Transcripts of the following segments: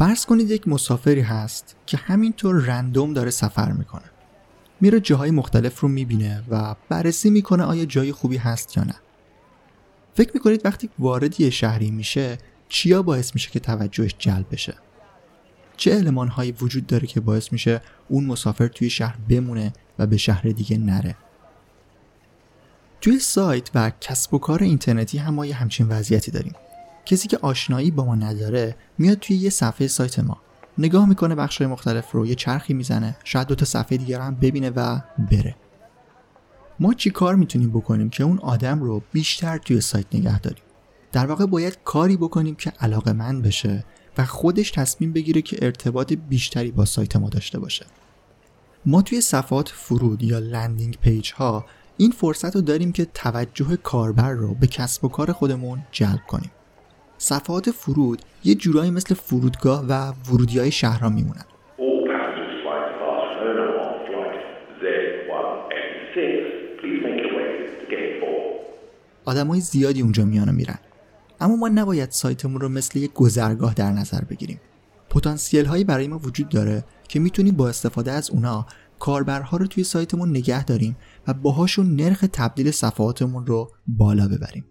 فرض کنید یک مسافری هست که همینطور رندوم داره سفر میکنه. میره جاهای مختلف رو میبینه و بررسی میکنه آیا جای خوبی هست یا نه. فکر میکنید وقتی وارد یه شهری میشه چیا باعث میشه که توجهش جلب بشه؟ چه المان‌هایی وجود داره که باعث میشه اون مسافر توی شهر بمونه و به شهر دیگه نره؟ توی سایت و کسب و کار اینترنتی هم ما یه همچین وضعیتی داریم. کسی که آشنایی با ما نداره میاد توی یه صفحه سایت ما، نگاه میکنه بخش‌های مختلف رو، یه چرخی میزنه، شاید 2 تا صفحه دیگه هم ببینه و بره. ما چی کار میتونیم بکنیم که اون آدم رو بیشتر توی سایت نگه داریم؟ در واقع باید کاری بکنیم که علاقه‌مند بشه و خودش تصمیم بگیره که ارتباط بیشتری با سایت ما داشته باشه. ما توی صفحات فرود یا لندینگ پیج ها این فرصت رو داریم که توجه کاربر رو به کسب و کار خودمون جلب کنیم. صفحات فرود یه جورایی مثل فرودگاه و ورودی‌های شهرها میمونن. آدمای زیادی اونجا میان و میرن. اما ما نباید سایتمون رو مثل یک گذرگاه در نظر بگیریم. پتانسیل هایی برای ما وجود داره که میتونیم با استفاده از اونا کاربرها رو توی سایتمون نگه داریم و باهاشون نرخ تبدیل صفحاتمون رو بالا ببریم.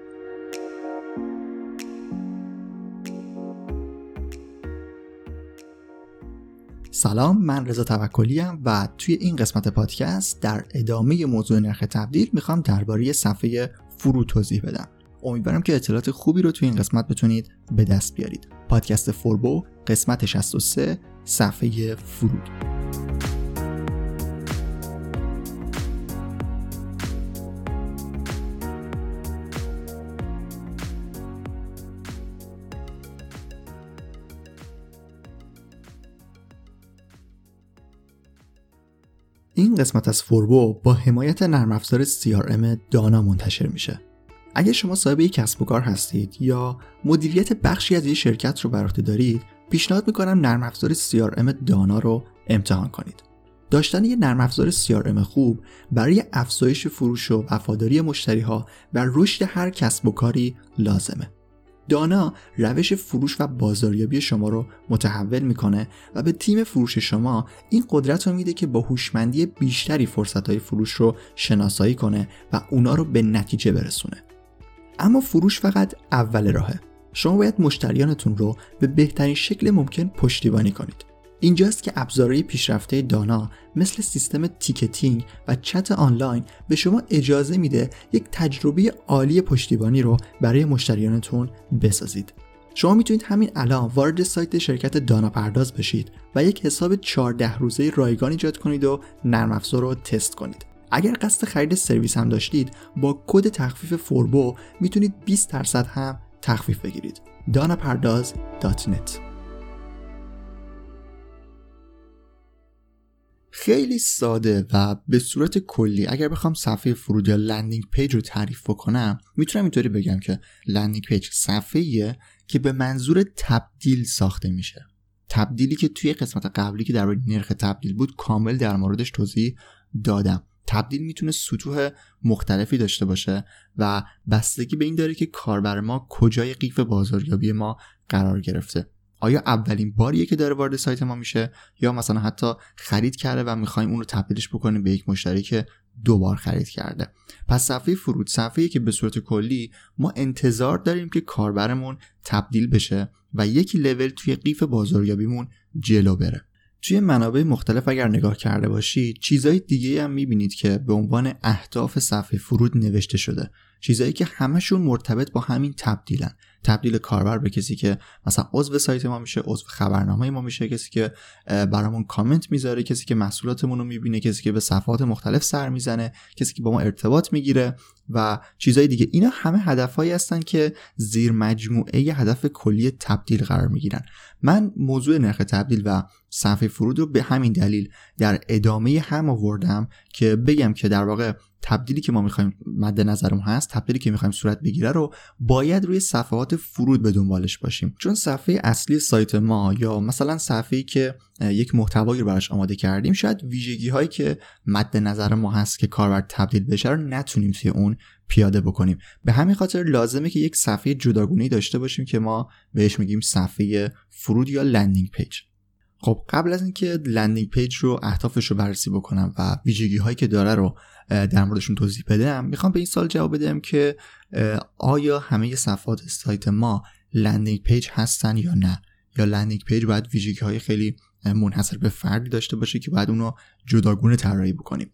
سلام، من رضا توکلی ام و توی این قسمت پادکست در ادامه موضوع نرخ تبدیل میخوام درباره صفحه فرود توضیح بدم. امیدوارم که اطلاعات خوبی رو توی این قسمت بتونید به دست بیارید. پادکست فوربو قسمت 63 صفحه فرود. این قسمت از فوربو با حمایت نرم افزار CRM دانا منتشر میشه. اگه شما صاحب یک کسب و کار هستید یا مدیریت بخشی از یک شرکت رو بر عهده دارید، پیشنهاد میکنم نرم افزار CRM دانا رو امتحان کنید. داشتن یک نرم افزار CRM خوب برای افزایش فروش و وفاداری مشتری‌ها و رشد هر کسب و کاری لازمه. دانا روش فروش و بازاریابی شما رو متحول میکنه و به تیم فروش شما این قدرت رو میده که با هوشمندی بیشتری فرصت‌های فروش رو شناسایی کنه و اونا رو به نتیجه برسونه. اما فروش فقط اول راهه. شما باید مشتریانتون رو به بهترین شکل ممکن پشتیبانی کنید. اینجاست که ابزارهای پیشرفته دانا مثل سیستم تیکتینگ و چت آنلاین به شما اجازه میده یک تجربه عالی پشتیبانی رو برای مشتریانتون بسازید. شما میتونید همین الان وارد سایت شرکت دانا پرداز بشید و یک حساب 14 روزه رایگان ایجاد کنید و نرم افزار رو تست کنید. اگر قصد خرید سرویس هم داشتید، با کد تخفیف فوربو میتونید 20% هم تخفیف بگیرید. danapardaz.net. خیلی ساده و به صورت کلی اگر بخوام صفحه فرود یا لندینگ پیج رو تعریف بکنم، میتونم اینطوری بگم که لندینگ پیج صفحه‌ایه که به منظور تبدیل ساخته میشه. تبدیلی که توی قسمت قبلی که درباره نرخ تبدیل بود کامل در موردش توضیح دادم. تبدیل میتونه سطوح مختلفی داشته باشه و بستگی به این داره که کاربر ما کجای قیف بازاریابی ما قرار گرفته. آیا اولین باریه که داره وارد سایت ما میشه یا مثلا حتی خرید کرده و میخوایم اون رو تبدیلش بکنیم به یک مشتری که 2 بار خرید کرده. پس صفحه فرود صفحه‌ای که به صورت کلی ما انتظار داریم که کاربرمون تبدیل بشه و یک لول توی قیف بازاریابیمون جلو بره. توی منابع مختلف اگر نگاه کرده باشید، چیزای دیگه هم میبینید که به عنوان اهداف صفحه فرود نوشته شده. چیزایی که همشون مرتبط با همین تبدیلن. تبدیل کاربر به کسی که مثلا عضو سایت ما میشه، عضو خبرنامه ما میشه، کسی که برامون کامنت میذاره، کسی که محصولاتمون رو میبینه، کسی که به صفحات مختلف سر میزنه، کسی که با ما ارتباط میگیره و چیزای دیگه. اینا همه هدفهایی هستن که زیر مجموعه هدف کلی تبدیل قرار میگیرن. من موضوع نرخ تبدیل و صفحه فرود رو به همین دلیل در ادامه هم آوردم که بگم که در واقع تبدیلی که ما میخوایم مد نظرمون هست، تبدیلی که میخوایم صورت بگیره رو باید روی صفحات فرود به دنبالش باشیم. چون صفحه اصلی سایت ما یا مثلا صفحه‌ای که یک محتوایی رو براش آماده کردیم، شاید ویژگی هایی که مد نظر ما هست که کاربر تبدیل بشه رو نتونیم توی اون پیاده بکنیم. به همین خاطر لازمه که یک صفحه جداگانه‌ای داشته باشیم که ما بهش میگیم صفحه فرود یا لندینگ پیج. خب قبل از اینکه لندینگ پیج رو اهدافش رو بررسی بکنم و ویژگی هایی که داره رو در موردشون توضیح بدم، میخوام به این سوال جواب بدم که آیا همه صفحات سایت ما لندینگ پیج هستن یا نه، یا لندینگ پیج باید ویژگی های خیلی منحصر به فردی داشته باشه که باید اونو جداگونه طراحی بکنیم.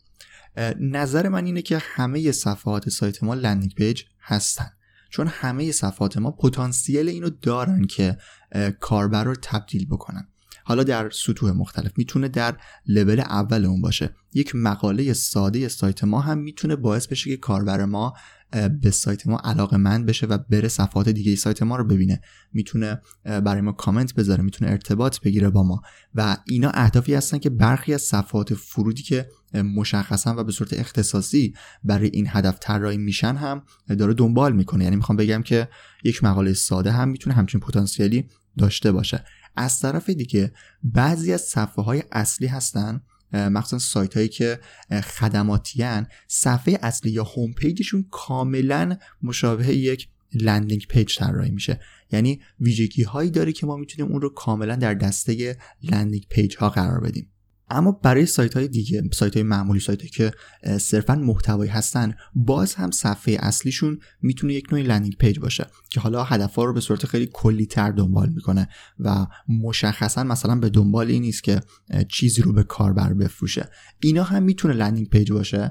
نظر من اینه که همه صفحات سایت ما لندینگ پیج هستن، چون همه صفحات ما پتانسیل اینو دارن که کاربر رو تبدیل بکنن. حالا در سطوح مختلف، میتونه در لول اول اون باشه. یک مقاله ساده سایت ما هم میتونه باعث بشه که کاربر ما به سایت ما علاقه‌مند بشه و بره صفحات دیگه سایت ما رو ببینه، میتونه برای ما کامنت بذاره، میتونه ارتباط بگیره با ما و اینا اهدافی هستن که برخی از صفحات فرودی که مشخصا و به صورت اختصاصی برای این هدف طراحی میشن هم داره دنبال میکنه. یعنی میخوام بگم که یک مقاله ساده هم میتونه همچین پتانسیلی داشته باشه. از طرف دیگه بعضی از صفحه های اصلی هستن، مخصوصا سایت هایی که خدماتی هن، صفحه اصلی یا هوم پیجشون کاملا مشابه یک لندینگ پیج طراحی میشه. یعنی ویژگی هایی داره که ما میتونیم اون رو کاملا در دسته لندینگ پیج ها قرار بدیم. اما برای سایت های دیگه، سایت های معمولی، سایت هایی که صرفا محتوایی هستن، باز هم صفحه اصلیشون میتونه یک نوع لندینگ پیج باشه که حالا هدفها رو به صورت خیلی کلی تر دنبال میکنه و مشخصا مثلا به دنبال این نیست که چیزی رو به کاربر بفروشه. اینا هم میتونه لندینگ پیج باشه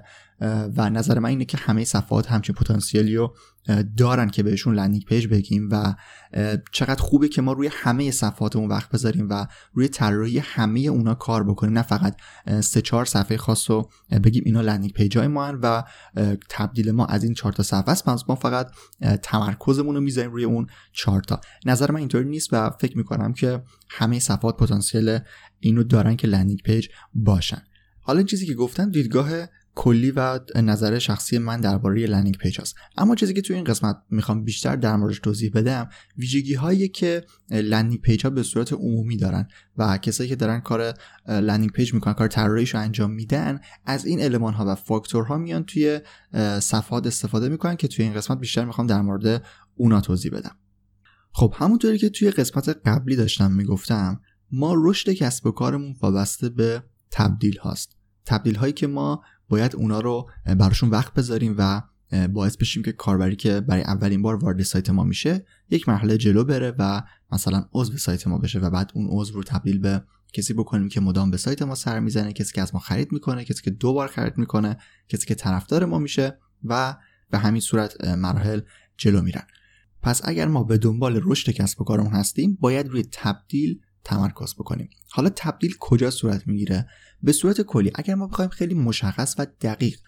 و نظر من اینه که همه صفحات همچین پتانسیلی رو دارن که بهشون لندینگ پیج بگیم و چقدر خوبه که ما روی همه صفحاتمون وقت بذاریم و روی طراحی همه اونا کار بکنیم، نه فقط 3-4 صفحه خاص رو بگیم اینا لندینگ پیج های ما هن و تبدیل ما از این 4 تا صفحه است، ما فقط تمرکزمون رو میذاریم روی اون 4 تا. نظر من اینطوری نیست و فکر میکنم که همه صفحات پتانسیل اینو دارن که لندینگ پیج باشن. حالا چیزی که گفتم دیدگاه کلی و نظر شخصی من درباره لندینگ پیج هست، اما چیزی که توی این قسمت میخوام بیشتر در موردش توضیح بدم ویژگی هایی که لندینگ پیج ها به صورت عمومی دارن و کسایی که دارن کار لندینگ پیج میکنن، کار طراحیش رو انجام میدن، از این المان ها و فاکتورها میان توی صفحات استفاده میکنن که توی این قسمت بیشتر میخوام در مورد اونا توضیح بدم. خب همونطوری که توی قسمت قبلی داشتم میگفتم، ما رشد کسب و کارمون وابسته به تبدیل هاست. تبدیل هایی که ما باید اونا رو براشون وقت بذاریم و باعث بشیم که کاربری که برای اولین بار وارد سایت ما میشه یک مرحله جلو بره و مثلا عضو سایت ما بشه و بعد اون عضو رو تبدیل به کسی بکنیم که مدام به سایت ما سر میزنه، کسی که از ما خرید میکنه، کسی که 2 بار خرید میکنه، کسی که طرفدار ما میشه و به همین صورت مراحل جلو میرن. پس اگر ما به دنبال رشد کسب و کارمون هستیم، باید روی تبدیل تمرکز بکنیم. حالا تبدیل کجا صورت میگیره؟ به صورت کلی اگر ما بخوایم خیلی مشخص و دقیق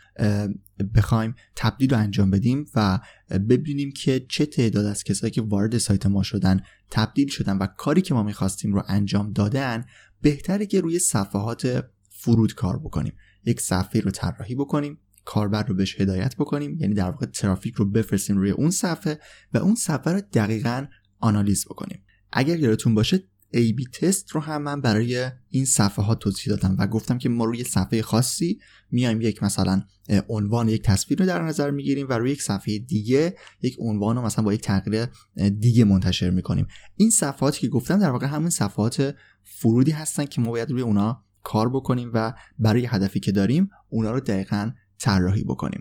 بخوایم تبدیل رو انجام بدیم و ببینیم که چه تعداد از کسایی که وارد سایت ما شدن تبدیل شدن و کاری که ما میخواستیم رو انجام دادن، بهتره که روی صفحات فرود کار بکنیم. یک صفحه رو طراحی بکنیم، کاربر رو بهش هدایت بکنیم، یعنی در واقع ترافیک رو بفرستیم روی اون صفحه و اون صفحه رو دقیقاً آنالیز بکنیم. اگر یادتون باشه A/B تست رو هم من برای این صفحات توضیح دادم و گفتم که ما روی صفحه خاصی میایم یک مثلا عنوان یک تصویر رو در نظر میگیریم و روی یک صفحه دیگه یک عنوان رو مثلا با یک تغییر دیگه منتشر میکنیم. این صفحاتی که گفتم در واقع همین صفحات فرودی هستن که ما باید روی اونا کار بکنیم و برای هدفی که داریم اونا رو دقیقاً طراحی بکنیم.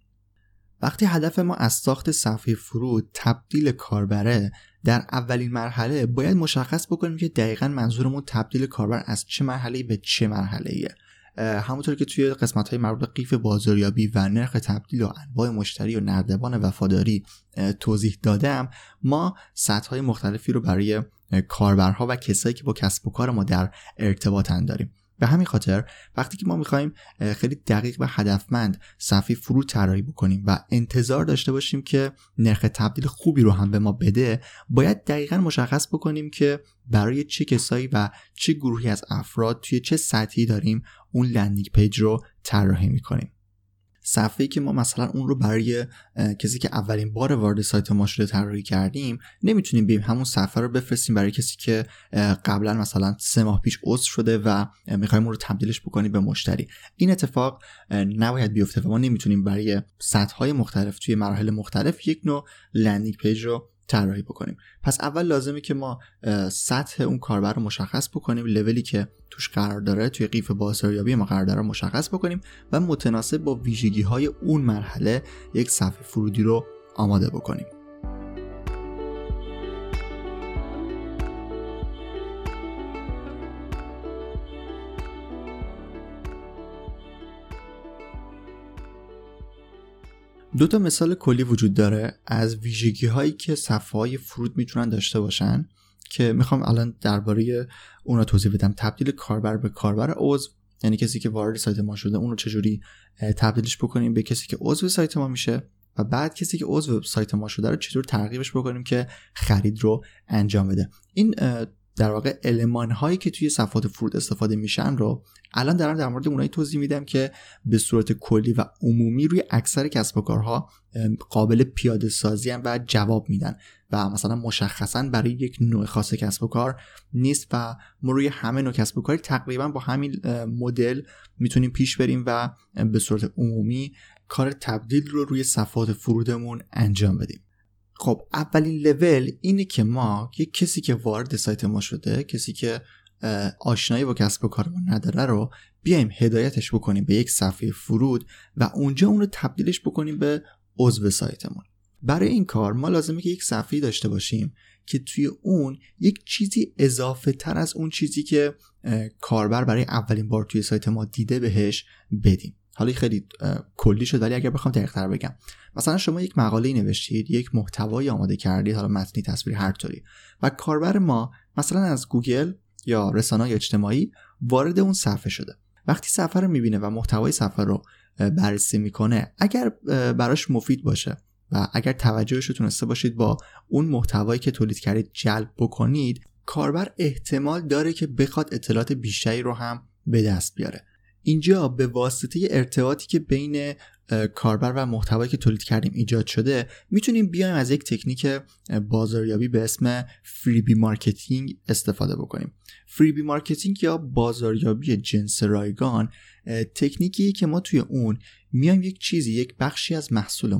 وقتی هدف ما از ساخت صفحه فرود تبدیل کاربره، در اولین مرحله باید مشخص بکنیم که دقیقاً منظورمون تبدیل کاربر از چه مرحله‌ای به چه مرحله‌ایه. همونطور که توی قسمت‌های مربوط به قیف بازاریابی و نرخ تبدیل و انواع مشتری و نردبان وفاداری توضیح دادم، ما سطح‌های مختلفی رو برای کاربرها و کسایی که با کسب و کار ما در ارتباطن داریم. به همین خاطر وقتی که ما میخوایم خیلی دقیق و هدفمند صفحه فرود طراحی بکنیم و انتظار داشته باشیم که نرخ تبدیل خوبی رو هم به ما بده، باید دقیقاً مشخص بکنیم که برای چه کسایی و چه گروهی از افراد توی چه سطحی داریم اون لندینگ پیج رو طراحی میکنیم. صفحه‌ای که ما مثلا اون رو برای کسی که اولین بار وارد سایت ما شده طراحی کردیم، نمیتونیم بریم همون صفحه رو بفرستیم برای کسی که قبلا مثلا 3 ماه پیش عضو شده و میخوایم اون رو تبدیلش بکنیم به مشتری. این اتفاق نباید بیفته و ما نمیتونیم برای سطح‌های مختلف توی مراحل مختلف یک نوع لندینگ پیج رو طراحی بکنیم. پس اول لازمه که ما سطح اون کاربر رو مشخص بکنیم، لولی که توش قرار داره توی قیف بازاریابی ما قرار داره مشخص بکنیم و متناسب با ویژگی‌های اون مرحله یک صفحه ورودی رو آماده بکنیم. دو تا مثال کلی وجود داره از ویژگی هایی که صفحه های فرود میتونن داشته باشن که میخوام الان درباره اونا توضیح بدم. تبدیل کاربر به کاربر عضو، یعنی کسی که وارد سایت ما شده اون رو چجوری تبدیلش بکنیم به کسی که عضو سایت ما میشه، و بعد کسی که عضو سایت ما شده رو چطور ترغیبش بکنیم که خرید رو انجام بده. این در واقع المان هایی که توی صفحات فرود استفاده میشن رو الان دارم در مورد اونایی توضیح میدم که به صورت کلی و عمومی روی اکثر کسب و کارها قابل پیاده سازی و جواب میدن و مثلا مشخصا برای یک نوع خاص کسب و کار نیست و ما روی همه نوع کسب و کاری تقریبا با همین مدل میتونیم پیش بریم و به صورت عمومی کار تبدیل رو روی صفحات فرودمون انجام بدیم. خب اولین لول اینه که ما یک کسی که وارد سایت ما شده، کسی که آشنایی با کسب و کارمون نداره رو بیایم هدایتش بکنیم به یک صفحه فرود و اونجا اون رو تبدیلش بکنیم به عضو سایتمون. برای این کار ما لازمه که یک صفحه‌ای داشته باشیم که توی اون یک چیزی اضافه تر از اون چیزی که کاربر برای اولین بار توی سایت ما دیده بهش بدیم. حالا خیلی کلی شد ولی اگر بخوام دقیق‌تر بگم، مثلا شما یک مقاله‌ای نوشتید، یک محتوایی آماده کردید، حالا متنی، تصویری، هر طوری، و کاربر ما مثلا از گوگل یا رسانه‌های اجتماعی وارد اون صفحه شده. وقتی صفحه رو می‌بینه و محتوای صفحه رو بررسی می‌کنه، اگر براش مفید باشه و اگر توجهش رو تونسته باشید با اون محتوایی که تولید کردید جلب بکنید، کاربر احتمال داره که بخواد اطلاعات بیشتری رو هم به دست بیاره. اینجا به واسطه ارتباطی که بین کاربر و محتوایی که تولید کردیم ایجاد شده، میتونیم بیایم از یک تکنیک بازاریابی به اسم فریبی مارکتینگ استفاده بکنیم. فریبی مارکتینگ یا بازاریابی جنس رایگان تکنیکیه که ما توی اون میایم یک چیزی، یک بخشی از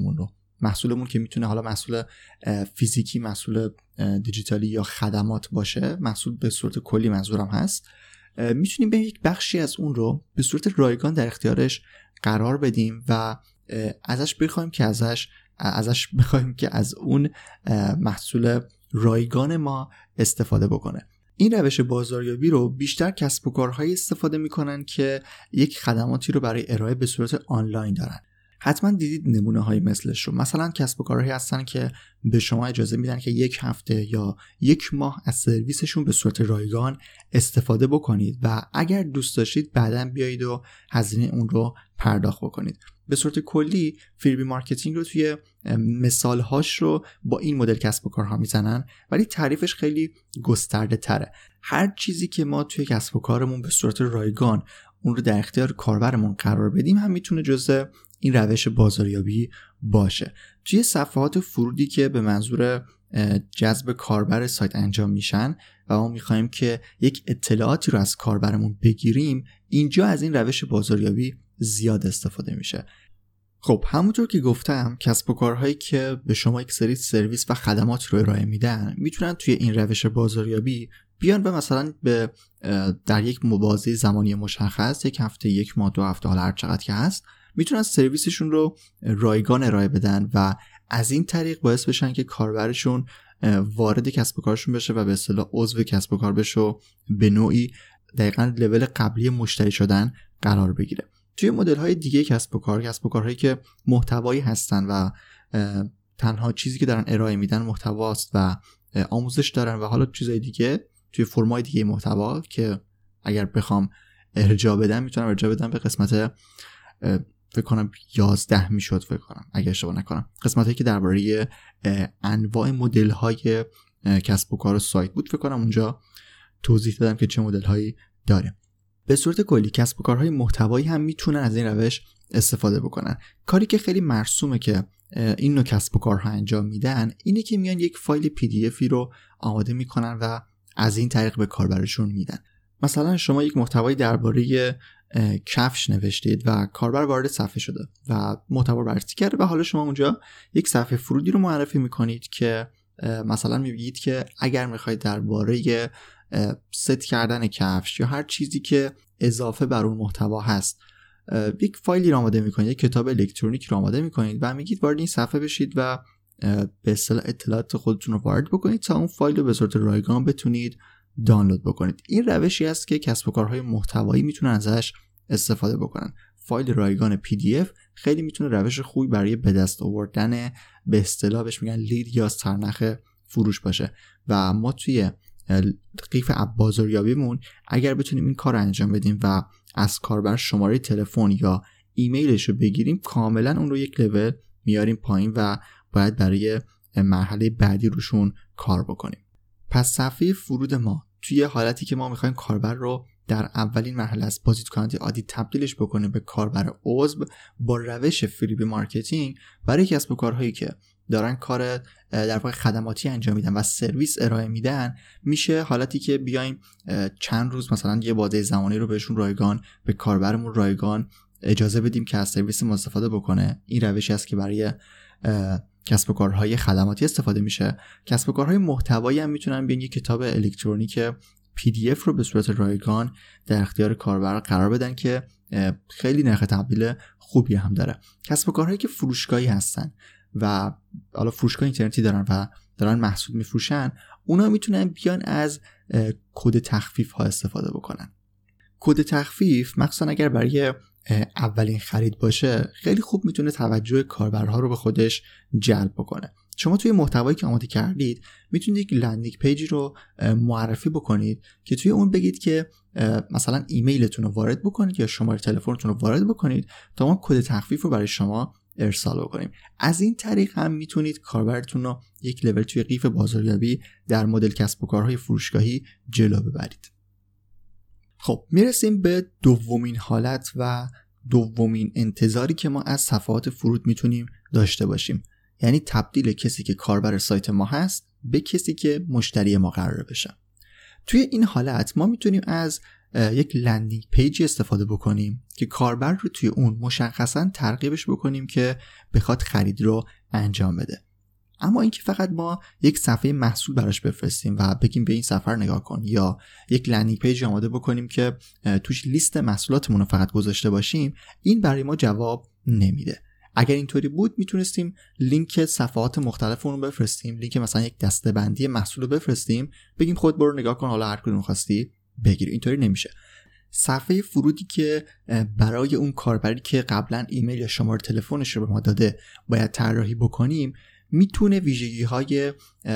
محصولمون که میتونه حالا محصول فیزیکی، محصول دیجیتالی یا خدمات باشه، محصول به صورت کلی منظورم هست، میتونیم به یک بخشی از اون رو به صورت رایگان در اختیارش قرار بدیم و ازش بخوایم که از اون محصول رایگان ما استفاده بکنه. این روش بازاریابی رو بیشتر کسب و کارهایی استفاده میکنن که یک خدماتی رو برای ارائه به صورت آنلاین دارن. حتما دیدید نمونه های مثلش رو. مثلا کسب و کارهایی هستن که به شما اجازه میدن که یک هفته یا یک ماه از سرویسشون به صورت رایگان استفاده بکنید و اگر دوست داشتید بعداً بیایید و هزینه اون رو پرداخت بکنید. به صورت کلی فریبی مارکتینگ رو توی مثالهاش رو با این مدل کسب و کارها میزنن، ولی تعریفش خیلی گسترده تره. هر چیزی که ما توی کسب و کارمون به صورت رایگان اون رو در اختیار کاربرمون قرار بدیم هم میتونه جزء این روش بازاریابی باشه. توی صفحات فرودی که به منظور جذب کاربر سایت انجام میشن و ما میخوایم که یک اطلاعاتی رو از کاربرمون بگیریم، اینجا از این روش بازاریابی زیاد استفاده میشه. خب همونطور که گفتم، کسب و کارهایی که به شما یک سری سرویس و خدمات رو ارائه میدن میتونن توی این روش بازاریابی بیان و مثلا در یک مبازه زمانی مشخص، یک هفته، یک ماه، 2 هفته، حالا هر چقدر که هست، میتونن سرویسشون رو رایگان ارائه بدن و از این طریق باعث بشن که کاربرشون وارد کسب و کارشون بشه و به اصطلاح عضو کسب و کار بشه و به نوعی دقیقاً لول قبلی مشتری شدن قرار بگیره. توی مدل‌های دیگه کسب و کارهایی که محتوایی هستن و تنها چیزی که دارن ارائه میدن محتواست و آموزش دارن و حالا چیزای دیگه توی فرمای دیگه محتوا که اگر بخوام ارجاع بدم میتونم ارجاع بدم به قسمت فکر کنم 11 میشد، فکر کنم اگه اشتباه نکنم، قسمتی که درباره انواع مدل‌های کسب و کار و سایت بود، فکر کنم اونجا توضیح دادم که چه مدل‌هایی داره. به صورت کلی کسب و کارهای محتوایی هم میتونن از این روش استفاده بکنن. کاری که خیلی مرسومه که این نوع کسب و کارها انجام میدن اینه که میان یک فایل PDF رو آماده میکنن و از این طریق به کاربرشون میدن. مثلا شما یک محتوایی درباره کفش نوشتید و کاربر وارد صفحه شده و محتوا رو بررسی کرده و حالا شما اونجا یک صفحه فرودی رو معرفی میکنید که مثلا میگید که اگر میخواید درباره ست کردن کفش یا هر چیزی که اضافه بر اون محتوا هست یک فایلی رو آماده میکنید، یک کتاب الکترونیک رو آماده میکنید و میگید وارد این صفحه بشید و به اصطلاح اطلاعات خودتون رو وارد بکنید تا اون فایل رو به صورت رایگان بتونید دانلود بکنید. این روشی است که کسب و کارهای محتوایی میتونن ازش استفاده بکنن. فایل رایگان PDF خیلی میتونه روش خوبی برای به دست آوردن به اصطلاح بهش میگن لید یا سرنخ فروش باشه و ما توی قیف اپ بازاریابیمون اگر بتونیم این کار رو انجام بدیم و از کاربر شماره تلفن یا ایمیلش رو بگیریم، کاملا اون رو یک لول میاریم پایین و باید برای مرحله بعدی روشون کار بکنیم. پس صفحه فرود ما توی حالتی که ما میخوایم کاربر رو در اولین مرحله از بازدید کننده عادی تبدیلش بکنیم به کاربر عضو با روش فریبی مارکتینگ، برای کسب و کارهایی که دارن کار در واقع خدماتی انجام میدن و سرویس ارائه میدن، میشه حالتی که بیایم چند روز مثلا یه بازه زمانی رو بهشون رایگان، به کاربرمون رایگان اجازه بدیم که از سرویس ما استفاده بکنه. این روشی است که برای کسب و کارهای خدماتی استفاده میشه. کسب و کارهای محتوایی هم میتونن بیان یک کتاب الکترونیک PDF رو به صورت رایگان در اختیار کاربر قرار بدن که خیلی نرخ تبدیل خوبی هم داره. کسب و کارهایی که فروشگاهی هستن و حالا فروشگاه اینترنتی دارن و دارن محصول میفروشن، اونا میتونن بیان از کد تخفیف ها استفاده بکنن. کد تخفیف مخصوصا اگر برای اولین خرید باشه خیلی خوب میتونه توجه کاربرها رو به خودش جلب بکنه. شما توی محتوایی که آماده کردید میتونید یک لندینگ پیجی رو معرفی بکنید که توی اون بگید که مثلا ایمیلتون رو وارد بکنید یا شماره تلفنتون رو وارد بکنید تا ما کد تخفیف رو برای شما ارسال بکنیم. از این طریق هم میتونید کاربرتون رو یک لول توی قیف بازاریابی در مدل کسب و کارهای فروشگاهی جلو ببرید. خب میرسیم به دومین حالت و دومین انتظاری که ما از صفحات فرود میتونیم داشته باشیم، یعنی تبدیل کسی که کاربر سایت ما هست به کسی که مشتری ما قراره بشه. توی این حالت ما میتونیم از یک لندینگ پیجی استفاده بکنیم که کاربر رو توی اون مشخصا ترغیبش بکنیم که بخواد خرید رو انجام بده. اما اینکه فقط ما یک صفحه محصول براش بفرستیم و بگیم به این صفحه نگاه کن یا یک لندینگ پیج آماده بکنیم که توش لیست محصولاتمون رو فقط گذاشته باشیم، این برای ما جواب نمیده. اگر اینطوری بود میتونستیم لینک صفحات مختلف رو بفرستیم، لینک مثلا یک دسته‌بندی محصول رو بفرستیم، بگیم خود برو نگاه کن، حالا هر کدوم خواستی بگیر. اینطوری نمیشه. صفحه فرودی که برای اون کاربری که قبلا ایمیل یا شماره تلفنش رو به ما داده باید طراحی بکنیم، میتونه ویژگی‌های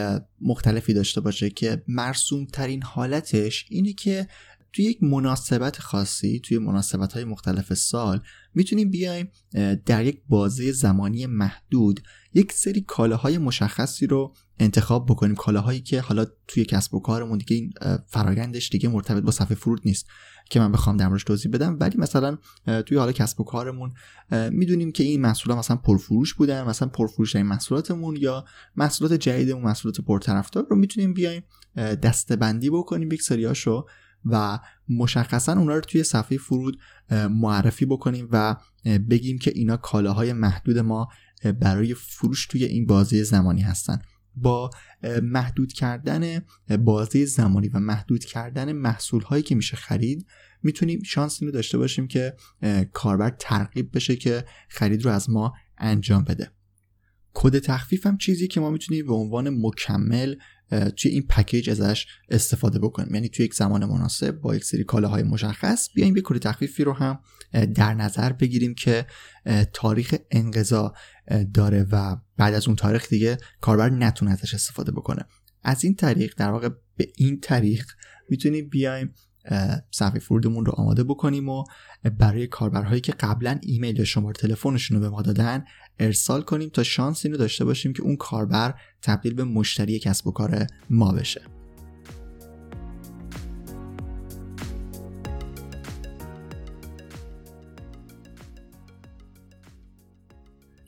مختلفی داشته باشه که مرسوم ترین حالتش اینه که توی یک مناسبت خاصی، توی مناسبت‌های مختلف سال میتونیم بیایم در یک بازه زمانی محدود یک سری کالاهای مشخصی رو انتخاب بکنیم، کالاهایی که حالا توی کسب و کارمون دیگه این فرآیندش دیگه مرتبط با صفحه فرود نیست که من بخوام در موردش توضیح بدم، ولی مثلا توی حالا کسب و کارمون میدونیم که این محصولات مثلا پرفروش بودن، مثلا پرفروش‌ترین محصولاتمون یا محصولات جدیدمون، محصولات پرطرفدار رو میتونیم بیایم دسته‌بندی بکنیم یک سریاشو و مشخصا اونا رو توی صفحه فرود معرفی بکنیم و بگیم که اینا کالاهای محدود ما برای فروش توی این بازه زمانی هستن. با محدود کردن بازه زمانی و محدود کردن محصول هایی که میشه خرید، میتونیم شانس اینو داشته باشیم که کاربر ترغیب بشه که خرید رو از ما انجام بده. کد تخفیف هم چیزی که ما میتونیم به عنوان مکمل توی این پکیج ازش استفاده بکنیم، یعنی توی یک زمان مناسب با یک سری کالاهای مشخص بیایم یک کد تخفیفی رو هم در نظر بگیریم که تاریخ انقضا داره و بعد از اون تاریخ دیگه کاربر نتونه ازش استفاده بکنه. از این طریق در واقع به این طریق میتونیم بیایم صفحه فرودمون رو آماده بکنیم و برای کاربرهایی که قبلا ایمیل یا شماره تلفنشون رو به ما دادن ارسال کنیم تا شانس اینو داشته باشیم که اون کاربر تبدیل به مشتری کسب و کار ما بشه.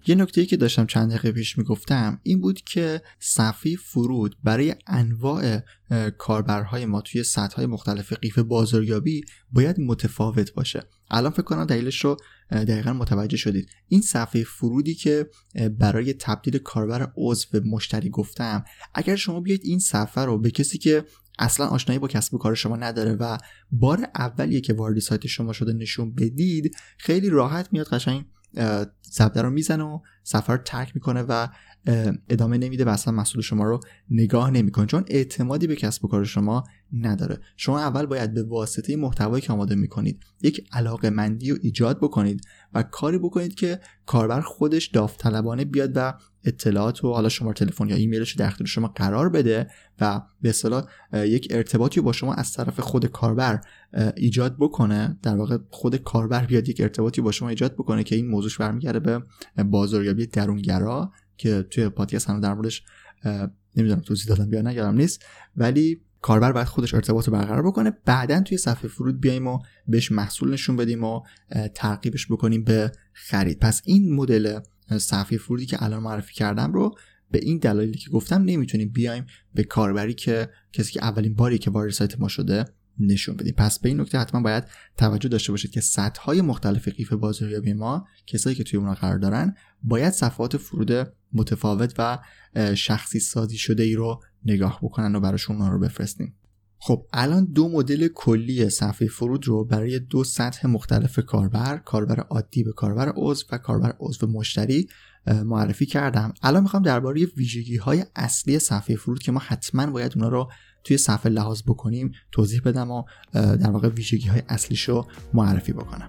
یه نکته‌ای که داشتم چند دقیقه پیش میگفتم این بود که صفحه فرود برای انواع کاربرهای ما توی سطح‌های مختلف قیف بازاریابی باید متفاوت باشه. الان فکر کنم دلیلش رو دقیقاً متوجه شدید. این صفحه فرودی که برای تبدیل کاربر عضو به مشتری گفتم، اگر شما بیاید این صفحه رو به کسی که اصلا آشنایی با کسب و کار شما نداره و بار اولیه که وارد سایت شما شده نشون بدید، خیلی راحت میاد قشنگ ضبط رو میزنه و صفحه رو ترک میکنه و ادامه نمیده و اصلا مسئول شما رو نگاه نمیکنه، چون اعتمادی به کسب و کار شما نداره. شما اول باید به واسطه محتوایی که آماده میکنید یک علاقه‌مندی رو ایجاد بکنید و کاری بکنید که کاربر خودش داوطلبانه بیاد و اطلاعات و حالا شماره تلفن یا ایمیلش رو در اختیار شما قرار بده و به اصطلاح یک ارتباطی با شما از طرف خود کاربر ایجاد بکنه. در واقع خود کاربر بیاد یک ارتباطی با شما ایجاد بکنه که این موضوعش برمیگرده به بازاریابی درونگرا که توی پادکست هم در موردش نمیدونم توضیح دادم یا نه، یادم نیست، ولی کاربر باید خودش ارتباط رو برقرار بکنه، بعدن توی صفحه فرود بیایم و بهش محصول نشون بدیم و ترغیبش بکنیم به خرید. پس این مدل صفحه فرودی که الان معرفی کردم رو به این دلایلی که گفتم نمیتونیم بیایم به کاربری که کسی که اولین باری که وارد سایت ما شده نشون بدیم. پس به این نکته حتما باید توجه داشته باشید که سطح‌های مختلف قیف بازاریابی ما، کسایی که توی اونها قرار دارن، باید صفحات فرود متفاوت و شخصی سازی شده ای رو نگاه بکنن و براشون اونها رو بفرستیم. خب الان دو مدل کلی صفحه فرود رو برای دو سطح مختلف کاربر عادی به کاربر عضو و کاربر عضو مشتری معرفی کردم. الان میخوام درباره ویژگی‌های اصلی صفحه فرود که ما حتما باید اونها رو توی صفحه لحاظ بکنیم توضیح بدم و در واقع ویژگی‌های اصلیشو معرفی بکنم.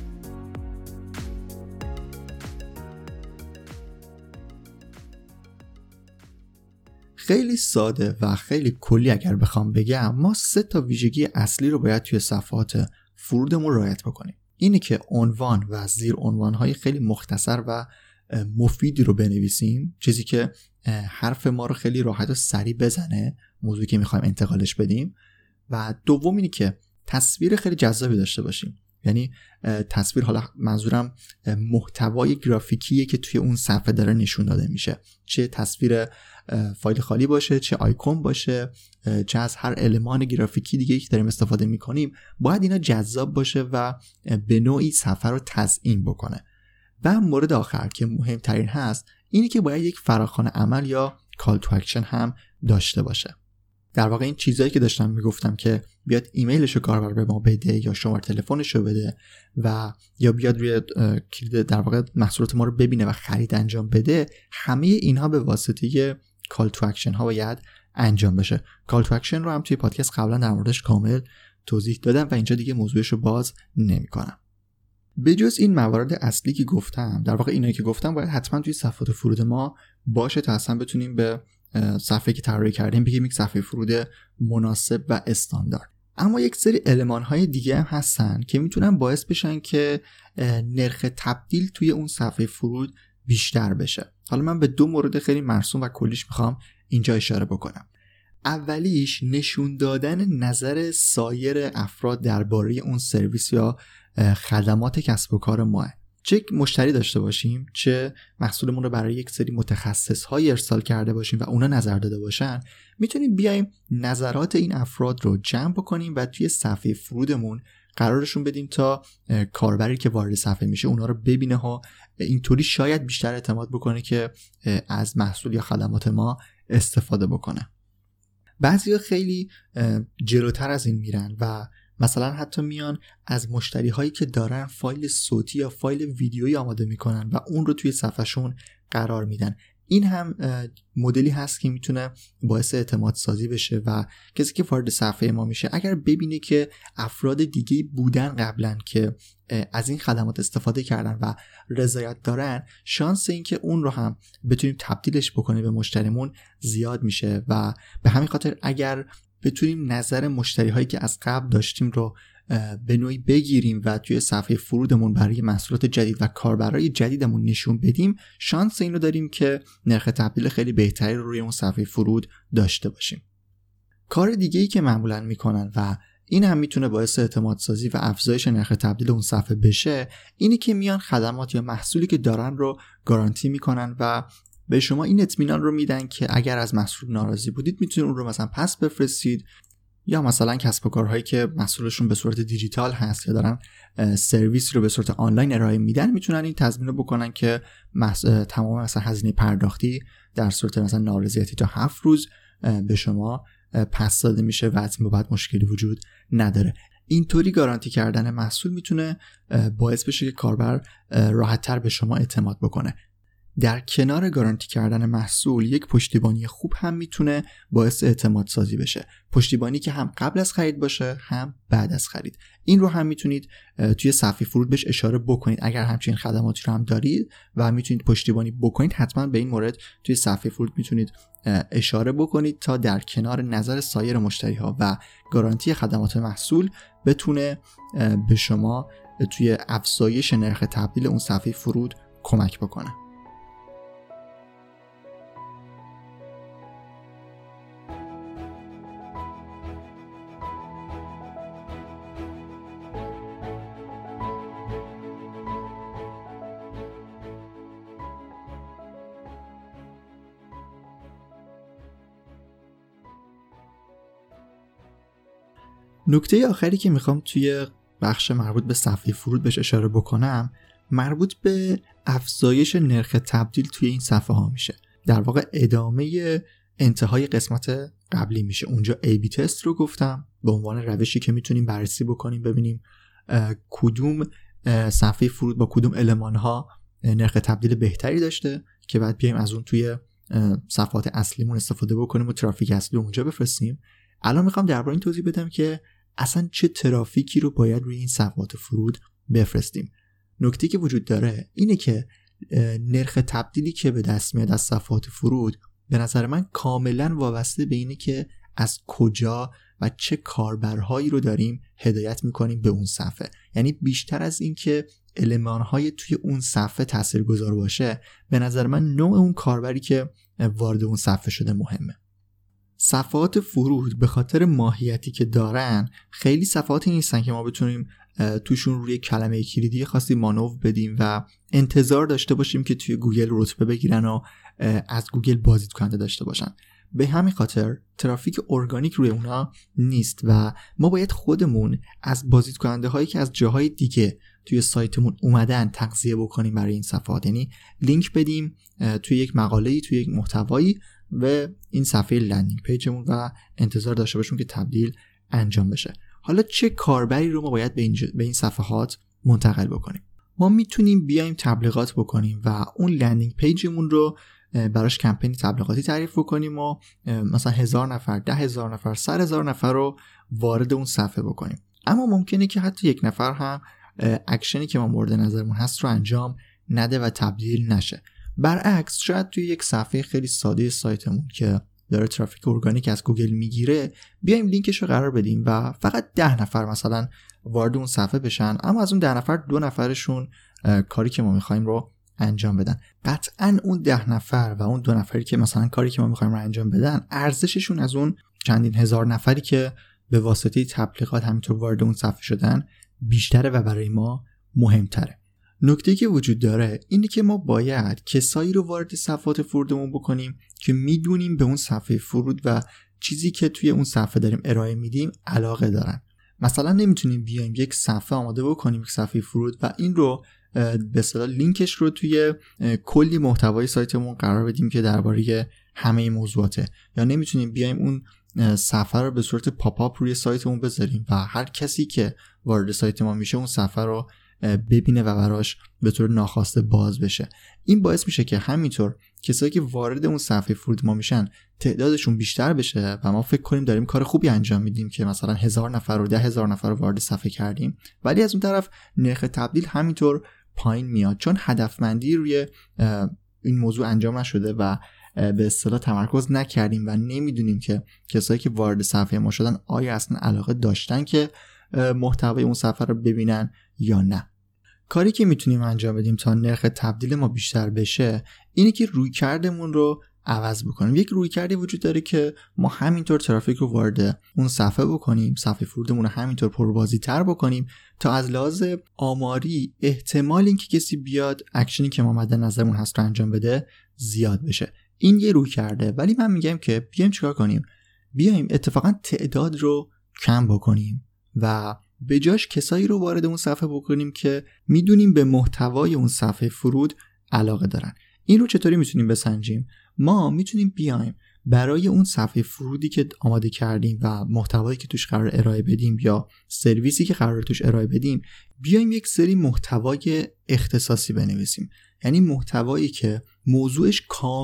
خیلی ساده و خیلی کلی اگر بخوام بگم، ما 3 تا ویژگی اصلی رو باید توی صفحات فرودمون رعایت بکنیم. اینه که عنوان و زیر عنوان‌های خیلی مختصر و مفیدی رو بنویسیم، چیزی که حرف ما رو خیلی راحت و سریع بزنه، موضوعی که میخوایم انتقالش بدیم. و دوم اینه که تصویر خیلی جذابی داشته باشیم. یعنی تصویر، حالا منظورم محتوای گرافیکیه که توی اون صفحه داره نشون داده میشه، چه تصویر فایل خالی باشه، چه آیکون باشه، چه از هر المان گرافیکی دیگه که داریم استفاده میکنیم، باید اینا جذاب باشه و به نوعی صفحه رو تزیین بکنه. و مورد آخر که مهمترین هست اینه که باید یک فراخوان عمل یا کال تو اکشن هم داشته باشه. در واقع این چیزایی که داشتم میگفتم که بیاد ایمیلشو کاربر به ما بده یا شماره تلفنشو بده و یا بیاد روی کلید در واقع محصولات ما رو ببینه و خرید انجام بده، همه اینها به واسطه کال تو اکشن ها باید انجام بشه. کال تو اکشن رو هم توی پادکست قبلا در موردش کامل توضیح دادم و اینجا دیگه موضوعشو باز نمی‌کنم. به جز این موارد اصلی که گفتم، در واقع اینایی که گفتم باید حتما توی صفحات فرود ما باشه تا اصلا بتونیم به صفحه که طراحی کردیم بگیم یک صفحه فرود مناسب و استاندارد. اما یک سری المان‌های دیگه هم هستن که میتونن باعث بشن که نرخ تبدیل توی اون صفحه فرود بیشتر بشه. حالا من به 2 مورد خیلی مرسوم و کلیش میخوام اینجا اشاره بکنم. اولیش نشون دادن نظر سایر افراد درباره اون سرویس یا خدمات کسب و کار ماه. چه مشتری داشته باشیم، چه محصولمون رو برای یک سری متخصص‌های ارسال کرده باشیم و اونا نظر داده باشن، میتونیم بیایم نظرات این افراد رو جمع بکنیم و توی صفحه فرودمون قرارشون بدیم تا کاربری که وارد صفحه میشه اونا رو ببینه ها، اینطوری شاید بیشتر اعتماد بکنه که از محصول یا خدمات ما استفاده بکنه. بعضیا خیلی جلوتر از این میرن و مثلا حتی میان از مشتری هایی که دارن فایل صوتی یا فایل ویدیویی آماده میکنن و اون رو توی صفحهشون قرار میدن. این هم مدلی هست که میتونه باعث اعتماد سازی بشه و کسی که وارد صفحه ما میشه اگر ببینه که افراد دیگه بودن قبلا که از این خدمات استفاده کردن و رضایت دارن، شانس این که اون رو هم بتونیم تبدیلش بکنیم به مشتریمون زیاد میشه. و به همین خاطر اگر بتونیم نظر مشتری هایی که از قبل داشتیم رو به نوعی بگیریم و توی صفحه فرودمون برای محصولات جدید و کاربرای جدیدمون نشون بدیم، شانس اینو داریم که نرخ تبدیل خیلی بهتری رو روی اون صفحه فرود داشته باشیم. کار دیگه‌ای که معمولاً میکنن و این هم میتونه باعث اعتماد سازی و افزایش نرخ تبدیل اون صفحه بشه. اینی که میان خدمات یا محصولی که دارن رو گارانتی میکنن و به شما این اطمینان رو میدن که اگر از محصول ناراضی بودید میتونید اون رو مثلا پس بفرستید، یا مثلا کسب و کارهایی که محصولشون به صورت دیجیتال هست یا دارن سرویس رو به صورت آنلاین ارائه میدن میتونن این تضمین رو بکنن که تمام مثلا هزینه پرداختی در صورت مثلا نارضایتی تا 7 روز به شما پس داده میشه و از این بعد مشکلی وجود نداره. اینطوری گارانتی کردن محصول میتونه باعث بشه که کاربر راحت‌تر به شما اعتماد بکنه. در کنار گارانتی کردن محصول، یک پشتیبانی خوب هم میتونه باعث اعتماد سازی بشه. پشتیبانی که هم قبل از خرید باشه هم بعد از خرید. این رو هم میتونید توی صفحه فرود بهش اشاره بکنید. اگر همچین خدماتی رو هم دارید و میتونید پشتیبانی بکنید، حتما به این مورد توی صفحه فرود میتونید اشاره بکنید تا در کنار نظر سایر مشتری‌ها و گارانتی خدمات محصول بتونه به شما توی افزایش نرخ تبدیل اون صفحه فرود کمک بکنه. نکته آخری که میخوام توی بخش مربوط به صفحه فرود بهش اشاره بکنم مربوط به افزایش نرخ تبدیل توی این صفحه ها میشه. در واقع ادامه انتهای قسمت قبلی میشه. اونجا A/B تست رو گفتم به عنوان روشی که میتونیم بررسی بکنیم ببینیم کدوم صفحه فرود با کدوم المان‌ها نرخ تبدیل بهتری داشته که بعد بیایم از اون توی صفحات اصلیمون استفاده بکنیم و ترافیک اصلی اونجا بفرستیم. الان میخوام درباره این توضیح بدم که اصلا چه ترافیکی رو باید روی این صفحات فرود بفرستیم. نکته که وجود داره اینه که نرخ تبدیلی که به دست میاد از صفحات فرود به نظر من کاملا وابسته به اینه که از کجا و چه کاربرهایی رو داریم هدایت میکنیم به اون صفحه. یعنی بیشتر از این که المان‌های توی اون صفحه تاثیرگذار باشه، به نظر من نوع اون کاربری که وارد اون صفحه شده مهمه. صفحات فرود به خاطر ماهیتی که دارن خیلی صفحاتی نیستن که ما بتونیم توشون روی کلمه کلیدی خاصی مانور بدیم و انتظار داشته باشیم که توی گوگل رتبه بگیرن و از گوگل بازدید کننده داشته باشن. به همین خاطر ترافیک ارگانیک روی اونا نیست و ما باید خودمون از بازدید کننده هایی که از جاهای دیگه توی سایتمون اومدن تغذیه بکنیم برای این صفحات. یعنی لینک بدیم توی یک مقاله‌ای، توی یک محتوایی و این صفحه لندینگ پیجمون و انتظار داشته باشیم که تبدیل انجام بشه. حالا چه کاربری رو ما باید به این صفحات منتقل بکنیم؟ ما میتونیم بیایم تبلیغات بکنیم و اون لندینگ پیجمون رو براش کمپین تبلیغاتی تعریف بکنیم و مثلا 1000 نفر، 10,000 نفر، 100,000 نفر رو وارد اون صفحه بکنیم. اما ممکنه که حتی یک نفر هم اکشنی که ما مورد نظرمون هست رو انجام نده و تبدیل نشه. برعکس شاید توی یک صفحه خیلی ساده سایتمون که داره ترافیک ارگانیک از گوگل میگیره بیایم لینکش رو قرار بدیم و فقط 10 نفر مثلا وارد اون صفحه بشن، اما از اون 10 نفر 2 نفرشون کاری که ما میخوایم رو انجام بدن. قطعاً اون 10 نفر و اون 2 نفری که مثلا کاری که ما میخوایم رو انجام بدن ارزششون از اون چندین هزار نفری که به واسطه تبلیغات همینطور وارد اون صفحه شدن بیشتره و برای ما مهمتره. نکته که وجود داره اینه که ما باید کسایی رو وارد صفحات فرودمون بکنیم که میدونیم به اون صفحه فرود و چیزی که توی اون صفحه داریم ارائه میدیم علاقه دارن. مثلا نمیتونیم بیایم یک صفحه آماده بکنیم، یک صفحه فرود، و این رو به اصطلاح لینکش رو توی کلی محتوای سایتمون قرار بدیم که درباره همه موضوعاته، یا نمیتونیم بیایم اون صفحه رو به صورت پاپ آپ روی سایتمون بذاریم و هر کسی که وارد سایت ما میشه اون صفحه رو ببینه و براش به طور ناخواسته باز بشه. این باعث میشه که همینطور کسایی که وارد اون صفحه فرود ما میشن تعدادشون بیشتر بشه و ما فکر کنیم داریم کار خوبی انجام میدیم که مثلا 1000 نفر و 10,000 نفر رو وارد صفحه کردیم، ولی از اون طرف نرخ تبدیل همینطور پایین میاد چون هدفمندی روی این موضوع انجام نشده و به اصطلاح تمرکز نکردیم و نمیدونیم که کسایی که وارد صفحه ما شدن آیا اصلا علاقه داشتن که محتوای اون صفحه رو ببینن یا نه. کاری که میتونیم انجام بدیم تا نرخ تبدیل ما بیشتر بشه اینه که رویکردمون رو عوض بکنیم. یک رویکردی وجود داره که ما همینطور ترافیک رو وارد اون صفحه بکنیم، صفحه فرودمون رو همینطور پربازی‌تر بکنیم تا از لحاظ آماری احتمال اینکه کسی بیاد اکشنی که ما مد نظرمون هست رو انجام بده زیاد بشه. این یه رویکرده، ولی من میگم که بیایم چیکار کنیم؟ بیایم اتفاقا تعداد رو کم بکنیم و به جاش کسایی رو وارد اون صفحه بکنیم که میدونیم به محتوای اون صفحه فرود علاقه دارن. این رو چطوری میتونیم بسنجیم؟ ما میتونیم بیایم برای اون صفحه فرودی که آماده کردیم و محتوایی که توش قرار ارائه بدیم یا سرویسی که قرار توش ارائه بدیم، بیایم یک سری محتوای اختصاصی بنویسیم. یعنی محتوایی که موضوعش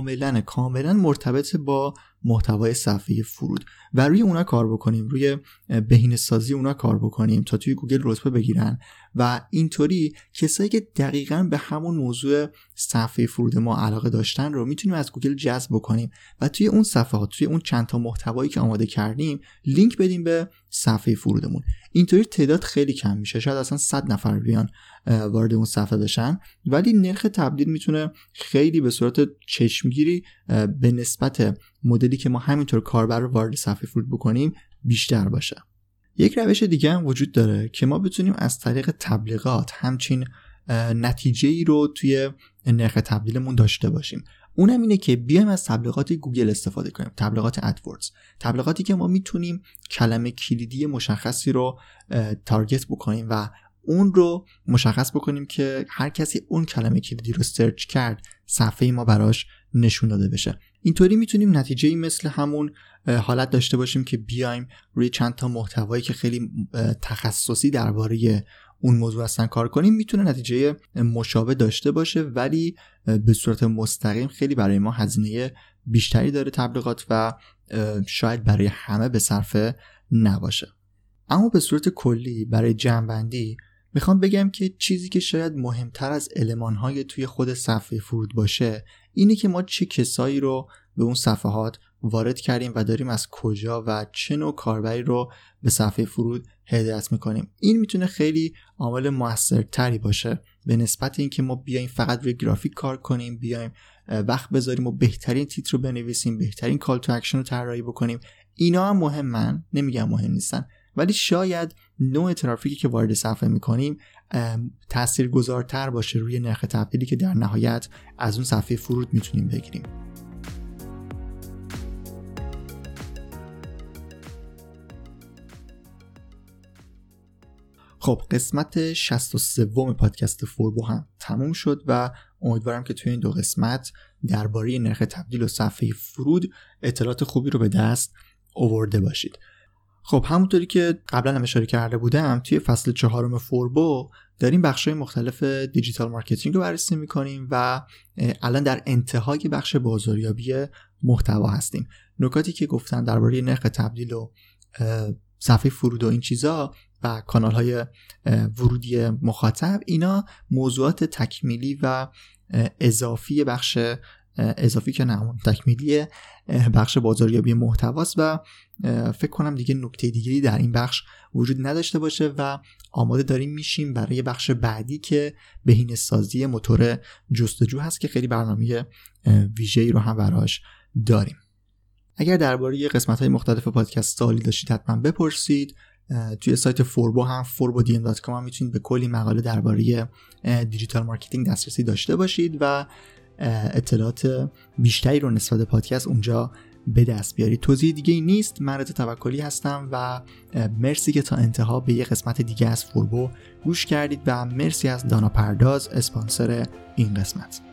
کاملا مرتبط با محتوای صفحه فرود و روی اونا کار بکنیم، روی بهینه‌سازی اونا کار بکنیم تا توی گوگل رتبه بگیرن و اینطوری کسایی که دقیقاً به همون موضوع صفحه فرود ما علاقه داشتن رو میتونیم از گوگل جذب بکنیم و توی اون صفحات، توی اون چند تا محتوایی که آماده کردیم لینک بدیم به صفحه فرودمون. اینطوری تعداد خیلی کم میشه، شاید اصلا 100 نفر بیان وارد اون صفحه بشن، ولی نرخ تبدیل میتونه خیلی به صورت چشمگیری به نسبت مدلی که ما همینطور کاربر رو وارد صفحه فرود بکنیم بیشتر باشه. یک روش دیگه هم وجود داره که ما بتونیم از طریق تبلیغات همچین نتیجه‌ای رو توی نرخ تبدیلمون داشته باشیم. اونم اینه که بیایم از تبلیغات گوگل استفاده کنیم، تبلیغات ادوردز، تبلیغاتی که ما میتونیم کلمه کلیدی مشخصی رو تارگت بکنیم و اون رو مشخص بکنیم که هر کسی اون کلمه کلیدی رو سرچ کرد صفحه ما براش نشون داده بشه. اینطوری میتونیم نتیجه‌ای مثل همون حالت داشته باشیم که بیایم روی چند تا محتوایی که خیلی تخصصی درباره اون موضوع هستن کار کنیم. میتونه نتیجه مشابه داشته باشه ولی به صورت مستقیم خیلی برای ما هزینه بیشتری داره تبلیغات و شاید برای همه به صرفه نباشه. اما به صورت کلی برای جمع‌بندی میخوام بگم که چیزی که شاید مهمتر از المان‌های توی خود صفحه فرود باشه اینه که ما چه کسایی رو به اون صفحات وارد کردیم و داریم از کجا و چه نوع کاربری رو به صفحه فرود هدایت میکنیم. این میتونه خیلی عامل موثرتری باشه به نسبت اینکه ما بیایم فقط روی گرافیک کار کنیم، بیایم وقت بذاریم و بهترین تیتر رو بنویسیم، بهترین کال تو اکشن رو طراحی بکنیم. اینا هم مهمن، نمیگم مهم نیستن، ولی شاید نوع ترافیکی که وارد صفحه میکنیم تاثیرگذارتر باشه روی نرخ تبدیلی که در نهایت از اون صفحه فرود میتونیم بگیریم. خب قسمت 63 پادکست فوربو هم تموم شد و امیدوارم که توی این 2 قسمت درباره نرخ تبدیل و صفحه فرود اطلاعات خوبی رو به دست آورده باشید. خب همونطوری که قبلا هم اشاره کرده بودم توی فصل 4 فوربو داریم بخش‌های مختلف دیجیتال مارکتینگ رو بررسی می‌کنیم و الان در انتهای بخش بازاریابی محتوا هستیم. نکاتی که گفتم درباره نرخ تبدیل و صفحه فرود و این چیزا و کانال‌های ورودی مخاطب، اینا موضوعات تکمیلی و اضافی بخش اضافی که نه تکمیلی بخش بازاریابی محتواست و فکر کنم دیگه نکته دیگه‌ای در این بخش وجود نداشته باشه و آماده داریم میشیم برای بخش بعدی که بهینه‌سازی موتور جستجو هست که خیلی برنامه ویژه‌ای رو هم براش داریم. اگر درباره قسمت‌های مختلف پادکست سوالی داشتید حتما بپرسید. توی سایت فوربو هم forbodm.com هم میتونید به کلی مقاله درباره دیجیتال مارکتینگ دسترسی داشته باشید و اطلاعات بیشتری رو نسبت به پادکست اونجا به دست بیارید. توضیح دیگه ای نیست. من رضا توکلی هستم و مرسی که تا انتها به یه قسمت دیگه از فوربو گوش کردید و مرسی از دانا پرداز اسپانسر این قسمت.